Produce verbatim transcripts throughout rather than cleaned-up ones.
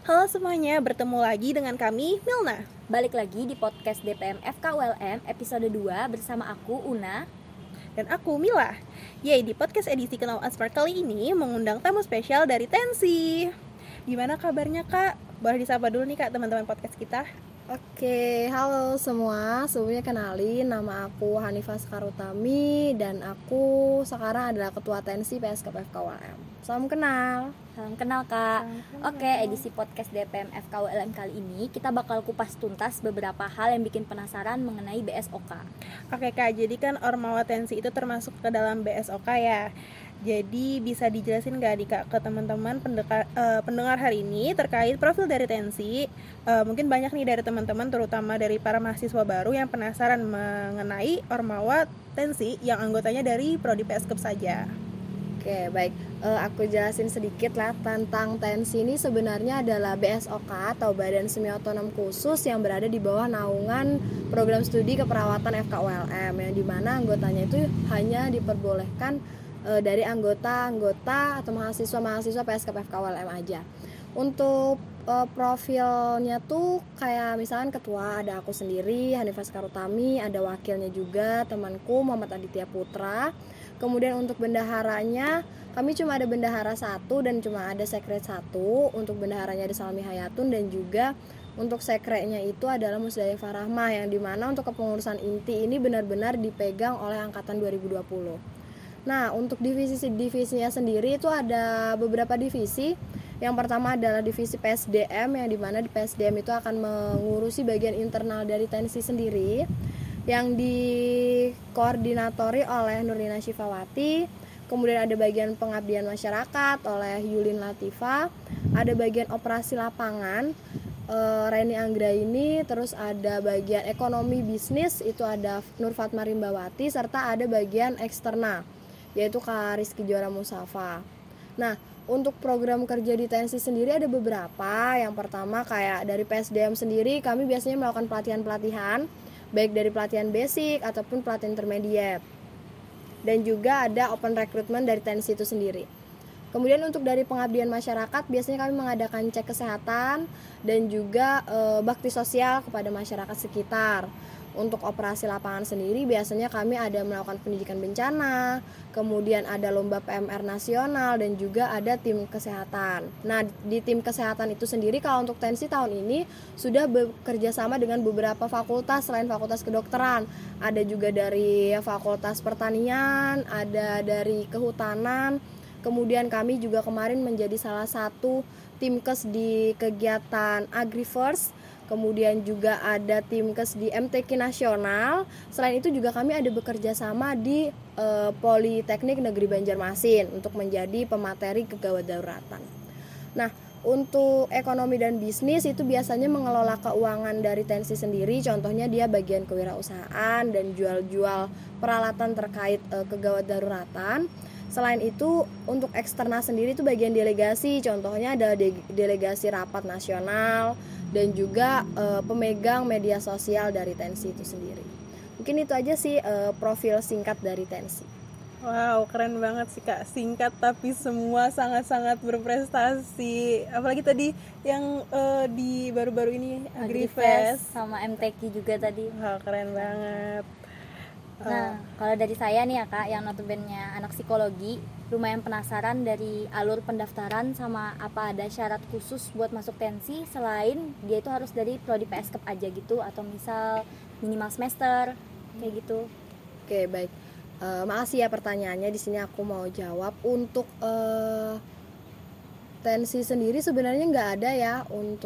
Halo semuanya, bertemu lagi dengan kami, Milna. Balik lagi di podcast D P M F K U L M episode dua bersama aku, Una. Dan aku, Mila. Yeay, di podcast edisi Kenal Asmar kali ini mengundang tamu spesial dari Tensi. Gimana kabarnya, Kak? Boleh disapa dulu nih, Kak, teman-teman podcast kita. Oke, halo semua. Sebelumnya kenalin, nama aku Hanifah Sekarutami dan aku sekarang adalah Ketua Tensi P S K P F K U L M. Salam kenal. Salam kenal, Kak. Salam kenal. Oke, edisi podcast D P M F K U L M kali ini kita bakal kupas tuntas beberapa hal yang bikin penasaran mengenai B S O K. Oke, Kak, jadi kan Ormawa Tensi itu termasuk ke dalam B S O K ya. Jadi bisa dijelasin nggak nih, Kak, ke teman-teman pendeka, uh, pendengar hari ini terkait profil dari Tensi? Uh, mungkin banyak nih dari teman-teman, terutama dari para mahasiswa baru yang penasaran mengenai Ormawa Tensi yang anggotanya dari Prodi P S K E P saja. Oke, baik. Uh, aku jelasin sedikit lah tentang Tensi ini. Sebenarnya adalah B S O K atau Badan Semi Otonom Khusus yang berada di bawah naungan program studi keperawatan F K U L M, yang dimana anggotanya itu hanya diperbolehkan uh, dari anggota-anggota atau mahasiswa-mahasiswa P S K P F K U L M aja. Untuk uh, profilnya tuh kayak misalkan ketua ada aku sendiri, Hanifah Sekarutami, ada wakilnya juga temanku Muhammad Aditya Putra. Kemudian untuk bendaharanya kami cuma ada bendahara satu dan cuma ada sekret satu. Untuk bendaharanya ada Salmi Hayatun dan juga untuk sekretnya itu adalah Musdalifah Rahmah, yang dimana untuk kepengurusan inti ini benar-benar dipegang oleh angkatan dua ribu dua puluh. Nah, untuk divisi-divisinya sendiri itu ada beberapa divisi. Yang pertama adalah divisi P S D M, yang dimana di P S D M itu akan mengurusi bagian internal dari Tensi sendiri, yang dikoordinatori oleh Nurlina Syifawati. Kemudian ada bagian pengabdian masyarakat oleh Yulin Latifah, ada bagian operasi lapangan e, Reni Anggraini, terus ada bagian ekonomi bisnis itu ada Nur Fatma Rimbawati, serta ada bagian eksternal yaitu Kak Rizky Jora Musafa. Nah, untuk program kerja di Tensi sendiri ada beberapa. Yang pertama kayak dari P S D M sendiri kami biasanya melakukan pelatihan-pelatihan baik dari pelatihan basic ataupun pelatihan intermediate. Dan juga ada open recruitment dari Tensi itu sendiri. Kemudian untuk dari pengabdian masyarakat biasanya kami mengadakan cek kesehatan dan juga e, bakti sosial kepada masyarakat sekitar. Untuk operasi lapangan sendiri biasanya kami ada melakukan pendidikan bencana, kemudian ada lomba P M R nasional dan juga ada tim kesehatan. Nah, di tim kesehatan itu sendiri kalau untuk Tensi tahun ini sudah bekerja sama dengan beberapa fakultas selain fakultas kedokteran. Ada juga dari fakultas pertanian, ada dari kehutanan. Kemudian kami juga kemarin menjadi salah satu tim kes di kegiatan AgriFirst. Kemudian juga ada tim kes di M T Q Nasional. Selain itu juga kami ada bekerja sama di e, Politeknik Negeri Banjarmasin untuk menjadi pemateri kegawat daruratan. Nah, untuk ekonomi dan bisnis itu biasanya mengelola keuangan dari Tensi sendiri. Contohnya dia bagian kewirausahaan dan jual-jual peralatan terkait e, kegawat daruratan. Selain itu untuk eksternal sendiri itu bagian delegasi, contohnya ada de- delegasi rapat nasional dan juga e, pemegang media sosial dari Tensi itu sendiri. Mungkin itu aja sih e, profil singkat dari Tensi. Wow, keren banget sih, Kak. Singkat tapi semua sangat-sangat berprestasi. Apalagi tadi yang uh, di baru-baru ini AgriFest sama M T Q juga tadi. Wow, keren banget. Nah, kalau dari saya nih ya, Kak, yang notabene-nya anak psikologi, lumayan penasaran dari alur pendaftaran sama apa ada syarat khusus buat masuk Tensi selain dia itu harus dari prodi P S K E P aja gitu atau misal minimal semester kayak gitu. Oke, baik. Uh, makasih ya pertanyaannya. Di sini aku mau jawab. Untuk uh, Tensi sendiri sebenarnya nggak ada ya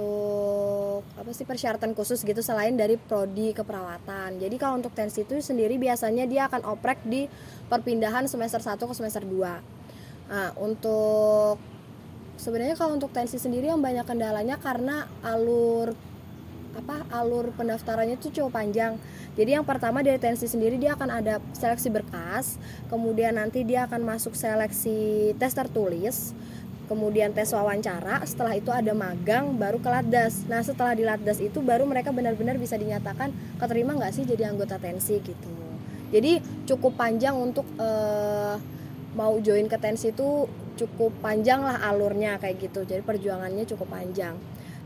untuk apa sih persyaratan khusus gitu selain dari prodi keperawatan. Jadi kalau untuk Tensi itu sendiri biasanya dia akan oprek di perpindahan semester satu ke semester dua. Nah, untuk sebenarnya kalau untuk Tensi sendiri yang banyak kendalanya karena alur apa alur pendaftarannya itu cukup panjang. Jadi yang pertama dari Tensi sendiri dia akan ada seleksi berkas, kemudian nanti dia akan masuk seleksi tes tertulis, kemudian tes wawancara, setelah itu ada magang, baru ke Latdas. Nah, setelah di Latdas itu baru mereka benar-benar bisa dinyatakan keterima nggak sih jadi anggota Tensi gitu. Jadi cukup panjang untuk uh, mau join ke Tensi itu cukup panjang lah alurnya kayak gitu. Jadi perjuangannya cukup panjang.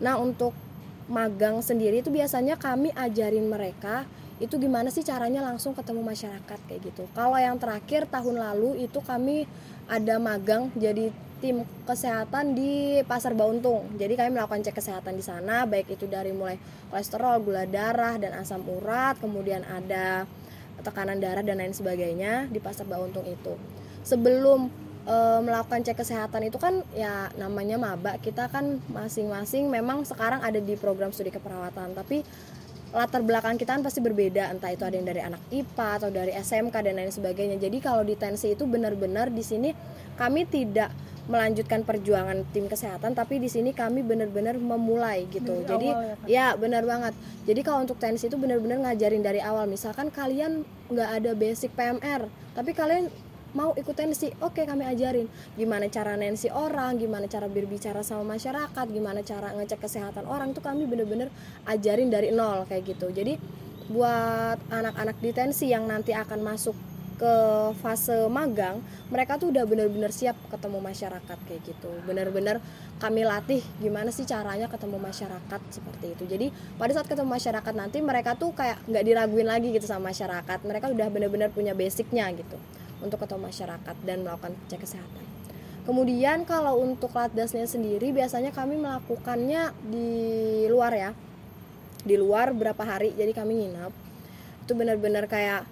Nah untuk magang sendiri itu biasanya kami ajarin mereka itu gimana sih caranya langsung ketemu masyarakat kayak gitu. Kalau yang terakhir tahun lalu itu kami ada magang jadi tim kesehatan di Pasar Bauntung. Jadi kami melakukan cek kesehatan di sana, baik itu dari mulai kolesterol, gula darah, dan asam urat, kemudian ada tekanan darah dan lain sebagainya di Pasar Bauntung itu. Sebelum e, melakukan cek kesehatan itu kan ya namanya maba, kita kan masing-masing memang sekarang ada di program studi keperawatan, tapi latar belakang kita kan pasti berbeda, entah itu ada yang dari anak I P A atau dari S M K dan lain sebagainya. Jadi kalau di Tensi itu benar-benar di sini kami tidak melanjutkan perjuangan tim kesehatan, tapi di sini kami benar-benar memulai gitu. Dari Jadi awal, ya, ya benar banget. Jadi kalau untuk Tensi itu benar-benar ngajarin dari awal. Misalkan kalian nggak ada basic P M R, tapi kalian mau ikut tensi, oke kami ajarin gimana cara nensi orang, gimana cara berbicara sama masyarakat, gimana cara ngecek kesehatan orang, itu kami bener-bener ajarin dari nol kayak gitu. Jadi buat anak-anak di tensi yang nanti akan masuk ke fase magang, mereka tuh udah bener-bener siap ketemu masyarakat kayak gitu. Bener-bener kami latih gimana sih caranya ketemu masyarakat seperti itu. Jadi pada saat ketemu masyarakat nanti mereka tuh kayak nggak diraguin lagi gitu sama masyarakat, mereka udah bener-bener punya basicnya gitu untuk ketemu masyarakat dan melakukan cek kesehatan. Kemudian kalau untuk latdasnya sendiri biasanya kami melakukannya di luar ya, di luar berapa hari, jadi kami nginep. Itu benar-benar kayak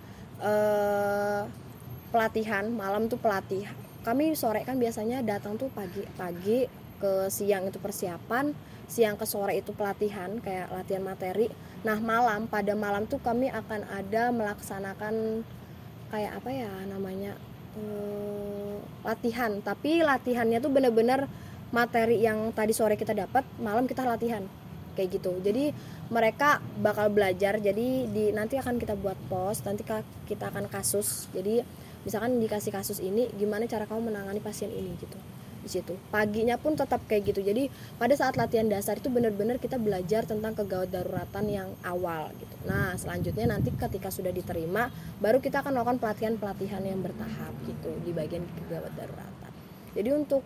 eh, pelatihan, malam tuh pelatih. Kami sore kan biasanya datang tuh pagi-pagi, ke siang itu persiapan, siang ke sore itu pelatihan kayak latihan materi. Nah malam, pada malam tuh kami akan ada melaksanakan kayak apa ya namanya hmm, latihan, tapi latihannya tuh bener-bener materi yang tadi sore kita dapat, malam kita latihan kayak gitu. Jadi mereka bakal belajar, jadi di nanti akan kita buat post, nanti kita akan kasus. Jadi misalkan dikasih kasus ini, gimana cara kamu menangani pasien ini gitu. Di situ paginya pun tetap kayak gitu. Jadi pada saat latihan dasar itu benar-benar kita belajar tentang kegawat daruratan yang awal gitu. Nah selanjutnya nanti ketika sudah diterima baru kita akan melakukan pelatihan-pelatihan yang bertahap gitu di bagian kegawat daruratan. Jadi untuk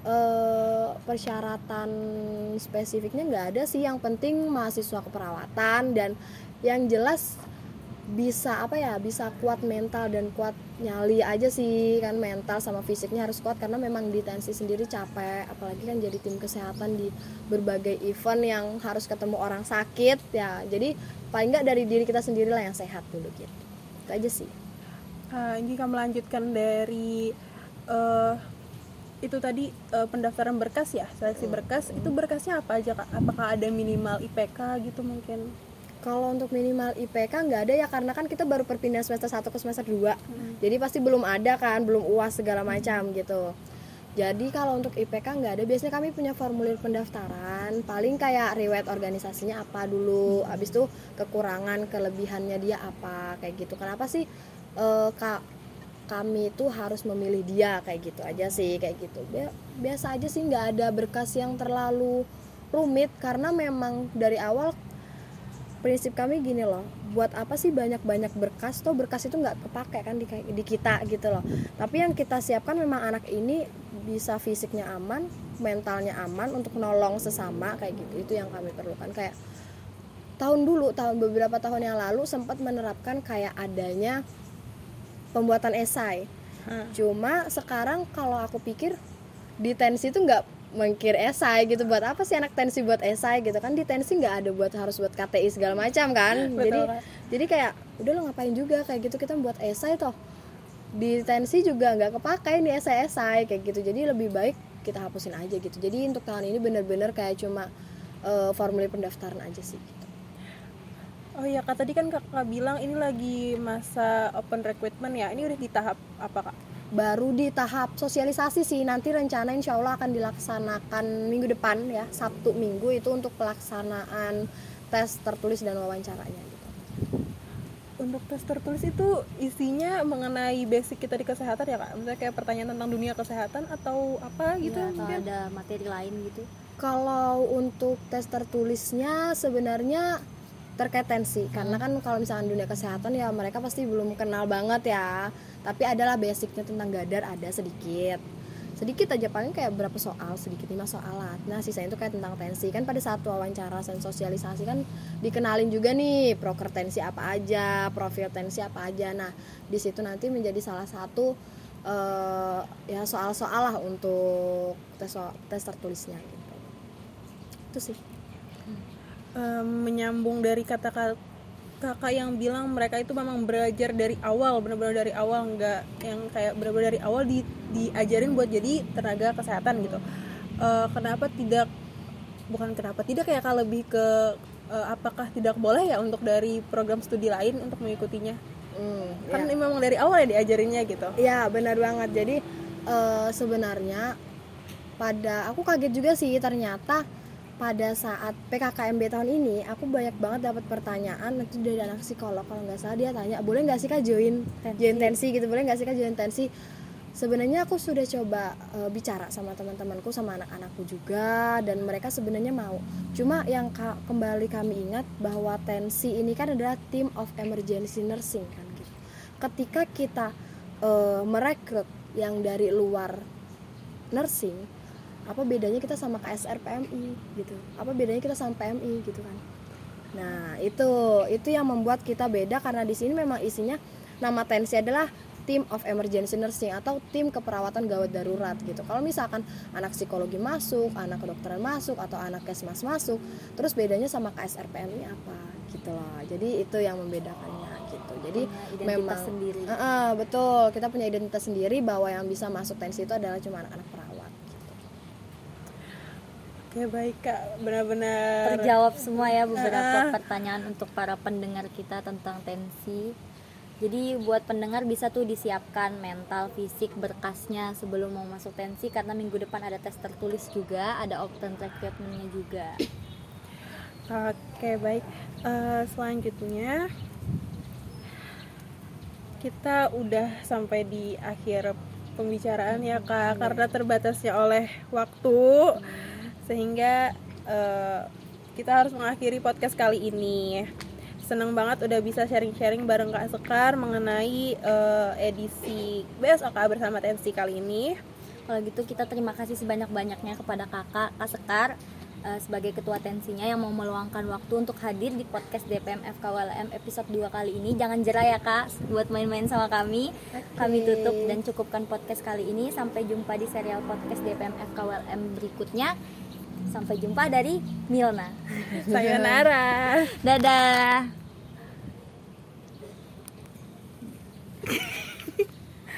eh, persyaratan spesifiknya nggak ada sih, yang penting mahasiswa keperawatan dan yang jelas bisa apa ya bisa kuat mental dan kuat nyali aja sih kan. Mental sama fisiknya harus kuat karena memang di tensi sendiri capek, apalagi kan jadi tim kesehatan di berbagai event yang harus ketemu orang sakit ya. Jadi paling nggak dari diri kita sendiri lah yang sehat dulu gitu. Itu aja sih. Uh, jika melanjutkan dari uh, itu tadi uh, pendaftaran berkas ya, seleksi berkas, hmm. itu berkasnya apa aja Kak? Apakah ada minimal I P K gitu mungkin? Kalau untuk minimal I P K nggak ada ya, karena kan kita baru perpindahan semester satu ke semester dua. Hmm. Jadi pasti belum ada kan, belum U A S segala macam hmm. gitu. Jadi kalau untuk I P K nggak ada, biasanya kami punya formulir pendaftaran, paling kayak riwayat organisasinya apa dulu, hmm. abis itu kekurangan kelebihannya dia apa kayak gitu. Kenapa sih e, kak kami itu harus memilih dia kayak gitu aja sih kayak gitu. Biasa aja sih, nggak ada berkas yang terlalu rumit karena memang dari awal prinsip kami gini loh, buat apa sih banyak-banyak berkas, toh berkas itu nggak kepake kan di, di kita gitu loh. Tapi yang kita siapkan memang anak ini bisa fisiknya aman, mentalnya aman untuk nolong sesama kayak gitu. Itu yang kami perlukan. Kayak tahun dulu, tahun beberapa tahun yang lalu sempat menerapkan kayak adanya pembuatan esai. Hmm. Cuma sekarang kalau aku pikir di tensi itu nggak mengkir esai gitu, buat apa sih anak tensi buat esai gitu kan. Di tensi nggak ada buat harus buat K T I segala macam kan. jadi jadi kayak udah lo ngapain juga kayak gitu, kita buat esai toh di tensi juga nggak kepakai nih esai-esai kayak gitu. Jadi lebih baik kita hapusin aja gitu. Jadi untuk tahun ini benar-benar kayak cuma uh, formulir pendaftaran aja sih gitu. Oh iya Kak, tadi kan Kakak bilang ini lagi masa open recruitment ya, ini udah di tahap apa Kak? Baru di tahap sosialisasi sih, nanti rencana insya Allah akan dilaksanakan minggu depan ya, Sabtu Minggu itu untuk pelaksanaan tes tertulis dan wawancaranya gitu. Untuk tes tertulis itu isinya mengenai basic kita di kesehatan ya Kak? Misalnya kayak pertanyaan tentang dunia kesehatan atau apa gitu ya, atau mungkin? Ada materi lain gitu? Kalau untuk tes tertulisnya sebenarnya terkait tensi, hmm. karena kan kalau misalkan dunia kesehatan ya mereka pasti belum kenal banget ya, tapi adalah basicnya tentang gadar ada sedikit. sedikit aja, paling kayak berapa soal, sedikit lima soal lah. Nah sisanya itu kayak tentang tensi. Kan pada saat wawancara dan sosialisasi kan dikenalin juga nih proker tensi apa aja, profil tensi apa aja. Nah di situ nanti menjadi salah satu uh, ya soal-soal lah untuk tes tes tertulisnya gitu. Itu sih. Um, menyambung dari kata-kata kakak yang bilang mereka itu memang belajar dari awal, benar-benar dari awal, nggak yang kayak benar-benar dari awal di, diajarin buat jadi tenaga kesehatan gitu. Uh, kenapa tidak, bukan kenapa tidak ya kak, lebih ke uh, apakah tidak boleh ya untuk dari program studi lain untuk mengikutinya? Hmm, kan ya. Memang dari awal ya diajarinnya gitu. Iya benar banget. Jadi uh, sebenarnya pada aku kaget juga sih ternyata pada saat P K K M B tahun ini aku banyak banget dapat pertanyaan itu dari anak psikolog. Kalau nggak salah dia tanya, boleh nggak sih kak join tensi. join tensi gitu, boleh nggak sih kak join tensi. Sebenarnya aku sudah coba e, bicara sama teman-temanku, sama anak-anakku juga, dan mereka sebenarnya mau. Cuma yang ka- kembali kami ingat bahwa tensi ini kan adalah team of emergency nursing kan gitu. Ketika kita e, merekrut yang dari luar nursing, apa bedanya kita sama K S R P M I gitu, apa bedanya kita sama P M I gitu kan. Nah itu itu yang membuat kita beda, karena di sini memang isinya nama tensi adalah Team of Emergency Nursing atau tim keperawatan gawat darurat gitu. Kalau misalkan anak psikologi masuk, anak kedokteran masuk, atau anak kesmas masuk, terus bedanya sama K S R P M I apa gitu loh. Jadi itu yang membedakannya gitu. Jadi punya memang sendiri. Uh, uh, betul, kita punya identitas sendiri bahwa yang bisa masuk tensi itu adalah cuma anak-anak perawat. Oke baik kak, benar-benar terjawab semua ya beberapa uh. pertanyaan untuk para pendengar kita tentang tensi. Jadi buat pendengar bisa tuh disiapkan mental, fisik, berkasnya sebelum mau masuk tensi, karena minggu depan ada tes tertulis juga, ada open recruitment-nya juga. Oke baik, uh, selanjutnya kita udah sampai di akhir pembicaraan ya kak, hmm. karena terbatasnya oleh waktu. Hmm. Sehingga uh, kita harus mengakhiri podcast kali ini. Senang banget udah bisa sharing-sharing bareng Kak Sekar mengenai uh, edisi B S O K bersama Tensi kali ini. Kalau gitu kita terima kasih sebanyak-banyaknya kepada kakak Kak Sekar uh, sebagai ketua tensinya yang mau meluangkan waktu untuk hadir di podcast D P M F K W L M episode dua kali ini. Jangan jera ya kak buat main-main sama kami. Okay. Kami tutup dan cukupkan podcast kali ini. Sampai jumpa di serial podcast D P M F K W L M berikutnya. Sampai jumpa dari Milna. Sayonara. Dadah.